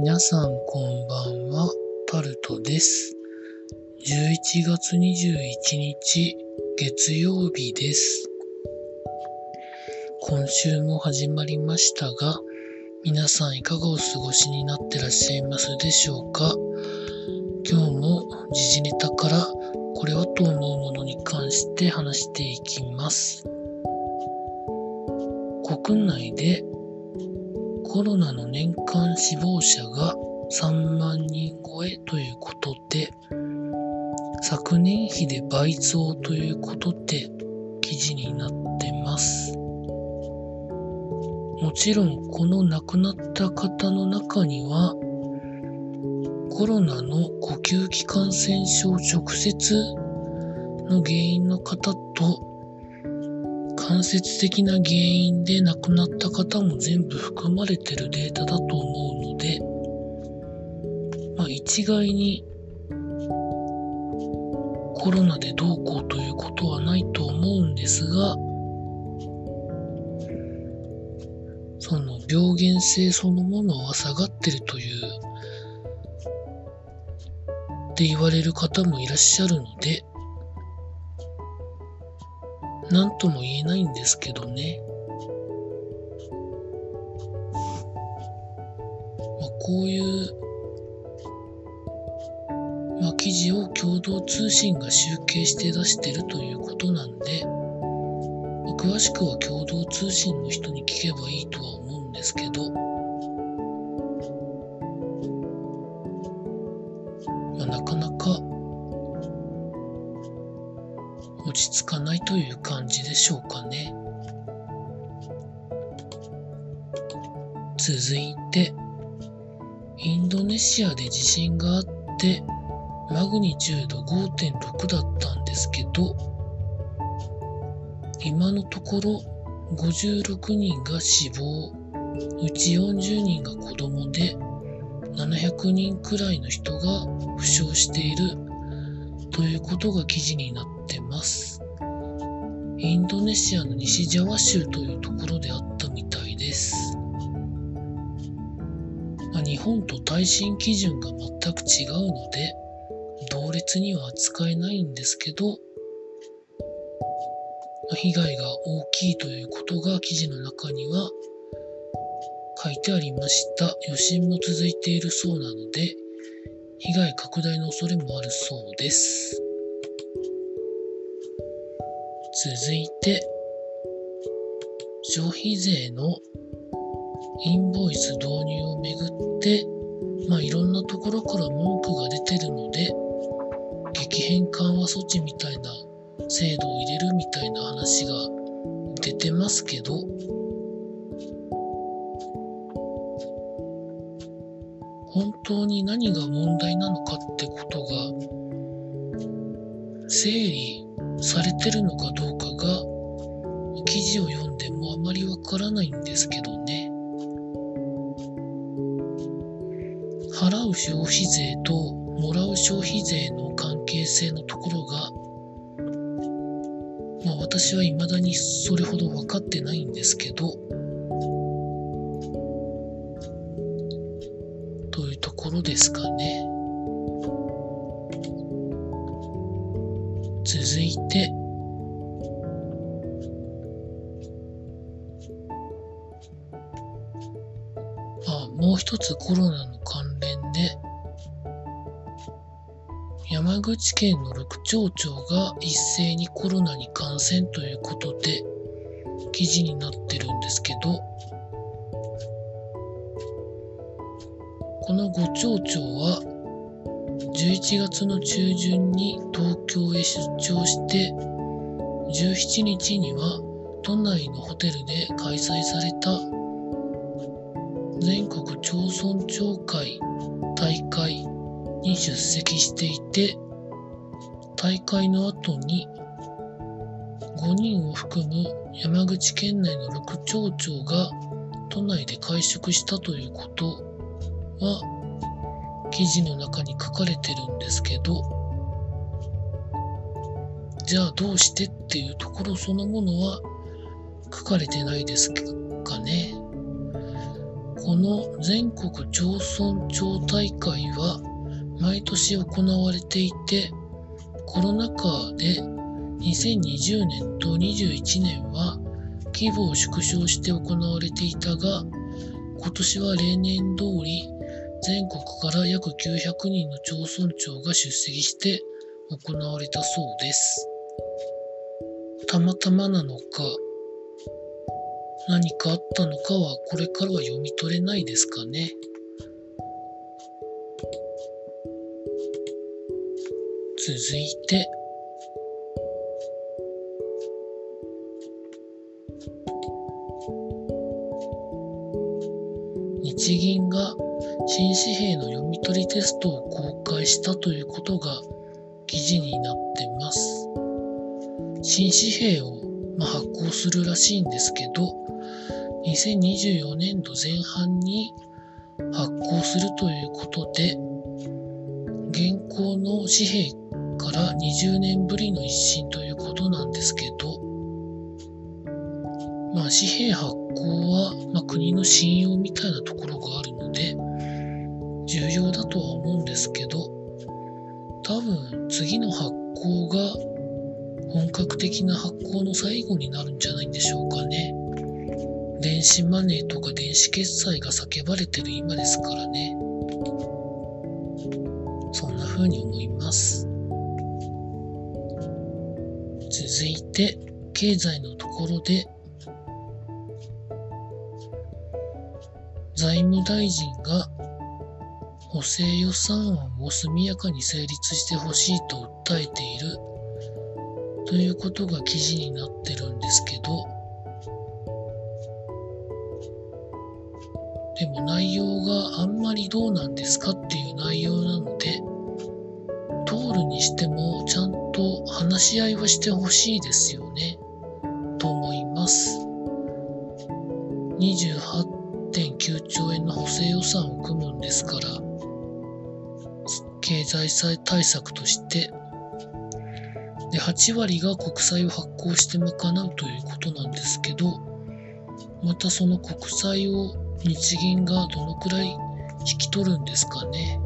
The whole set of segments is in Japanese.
皆さんこんばんは、タルトです。11月21日月曜日です。今週も始まりましたが、皆さんいかがお過ごしになってらっしゃいますでしょうか。今日も時事ネタからこれはと思うものに関して話していきます。国内でコロナの年間死亡者が3万人超えということで、昨年比で倍増ということで記事になってます。もちろんこの亡くなった方の中にはコロナの呼吸器感染症直接の原因の方と間接的な原因で亡くなった方も全部含まれているデータだと思うので、一概にコロナでどうこうということはないと思うんですが、その病原性そのものは下がっているというって言われる方もいらっしゃるので、なんとも言えないんですけどね。こういう記事を共同通信が集計して出しているということなんで、詳しくは共同通信の人に聞けばいいとは思うんですけど、なかなか落ち着かないという感じでしょうかね。続いて、インドネシアで地震があってマグニチュード 5.6 だったんですけど、今のところ56人が死亡、うち40人が子供で700人くらいの人が負傷しているということが記事になってます。インドネシアの西ジャワ州というところであったみたいです。日本と耐震基準が全く違うので同列には扱えないんですけど、被害が大きいということが記事の中には書いてありました。余震も続いているそうなので被害拡大の恐れもあるそうです。続いて、消費税のインボイス導入をめぐっていろんなところから文句が出てるので、激変緩和措置みたいな制度を入れるみたいな話が出てますけど、本当に何が問題なのかってことが整理されてるのかどうかが記事を読んでもあまりわからないんですけどね。払う消費税ともらう消費税の関係性のところが、私は未だにそれほど分かってないんですけど、というところですかね。続いて、もう一つコロナの関連で、山口県の6町長が一斉にコロナに感染ということで記事になってるんですけど、この5町長は11月の中旬に東京へ出張して17日には都内のホテルで開催された全国町村長会大会に出席していて、大会の後に5人を含む山口県内の6町長が都内で会食したということは記事の中に書かれてるんですけど、じゃあどうしてっていうところそのものは書かれてないですかね。 この全国町村長大会は毎年行われていて、コロナ禍で2020年と21年は規模を縮小して行われていたが、今年は例年通り全国から約900人の町村長が出席して行われたそうです。たまたまなのか何かあったのかはこれからは読み取れないですかね。続いて日銀が新紙幣の読み取りテストを公開したということが記事になってます。新紙幣を発行するらしいんですけど、2024年度前半に発行するということで、現行の紙幣から20年ぶりの一新ということなんですけど、紙幣発行は、国の信用みたいなところがあるので重要だとは思うんですけど、多分次の発行が本格的な発行の最後になるんじゃないんでしょうかね。電子マネーとか電子決済が叫ばれてる今ですからね。そんな風に思います。続いて経済のところで、財務大臣が補正予算案を速やかに成立してほしいと訴えているということが記事になってるんですけど、でも内容があんまりどうなんですかっていう内容なので、通るにしてもちゃんと話し合いはしてほしいですよねと思います。28.9兆円の補正予算を組むんですから、経済対策としてで8割が国債を発行して賄うということなんですけど、またその国債を日銀がどのくらい引き取るんですかね。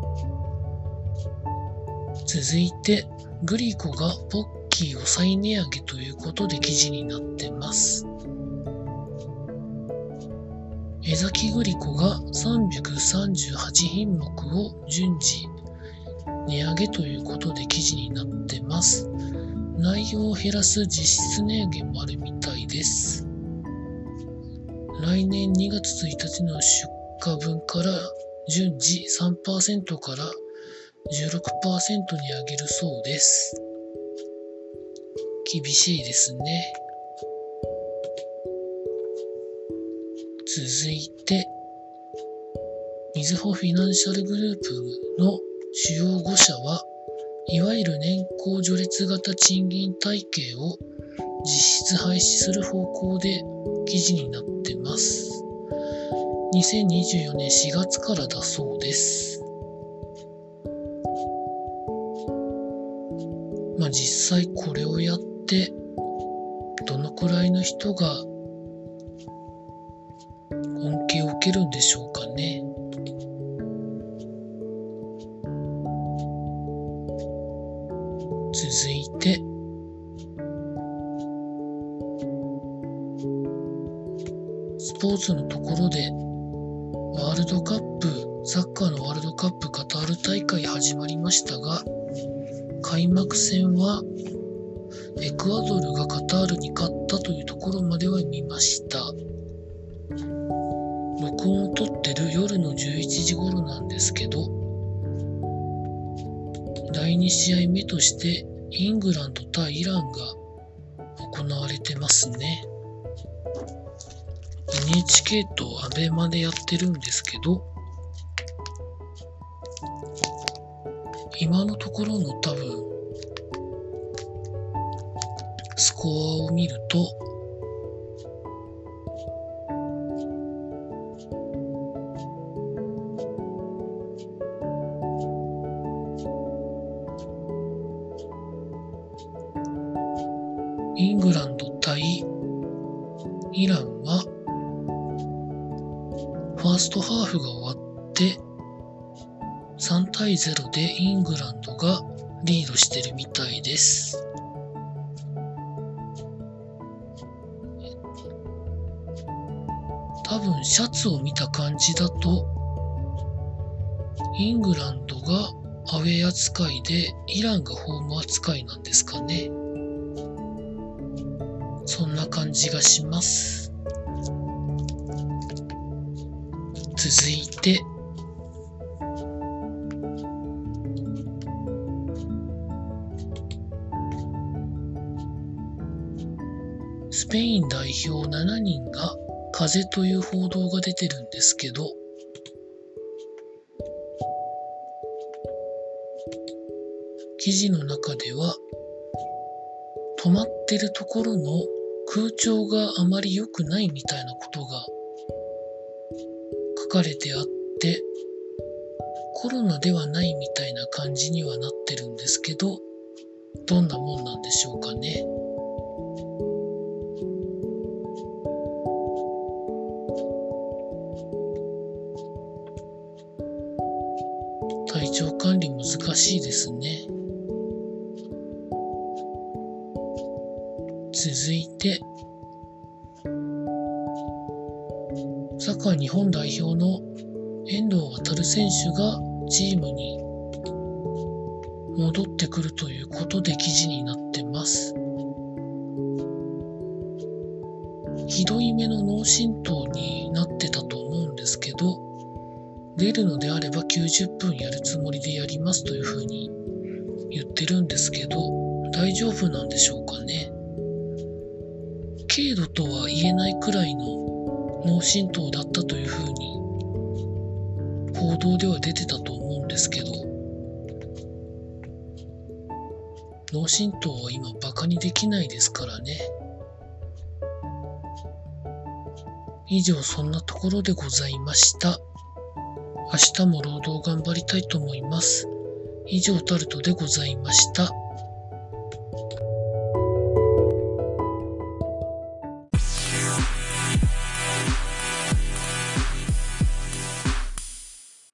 続いてグリコがポッキーを再値上げということで記事になってます。江崎グリコが338品目を順次値上げということで記事になってます。内容を減らす実質値上げもあるみたいです。来年2月1日の出荷分から順次 3% から 16% に上げるそうです。厳しいですね。続いて、みずほフィナンシャルグループの主要5社は、いわゆる年功序列型賃金体系を実質廃止する方向で記事になってます。2024年4月からだそうです。実際これをやってどのくらいの人が恩恵を受けるんでしょうかね。続いてスポーツのところでワールドカップ、サッカーのワールドカップカタール大会始まりましたが、開幕戦はエクアドルがカタールに勝ったというところまでは見ました。録音を撮ってる夜の11時頃なんですけど、第2試合目としてイングランド対イランが行われてますね。NHK と ABEMA でやってるんですけど、今のところの多分スコアを見るとイングランド対イランはァーストハーフが終わって3対0でイングランドがリードしてるみたいです。多分シャツを見た感じだとイングランドがアウェー扱いでイランがホーム扱いなんですかね。そんな感じがします。続いてスペイン代表7人が風邪という報道が出てるんですけど、記事の中では止まってるところの空調があまり良くないみたいなことが書かれてあって、コロナではないみたいな感じにはなってるんですけど、どんなもんなんでしょうかね。体調管理難しいですね。続いてサッカー日本代表の遠藤航選手がチームに戻ってくるということで記事になってます。ひどい目の脳震盪になってたと思うんですけど、出るのであれば90分やるつもりでやりますというふうに言ってるんですけど、大丈夫なんでしょうかね。軽度とは言えないくらいの脳震盪だったというふうに報道では出てたと思うんですけど、脳震盪は今バカにできないですからね。以上そんなところでございました。明日も労働頑張りたいと思います。以上タルトでございました。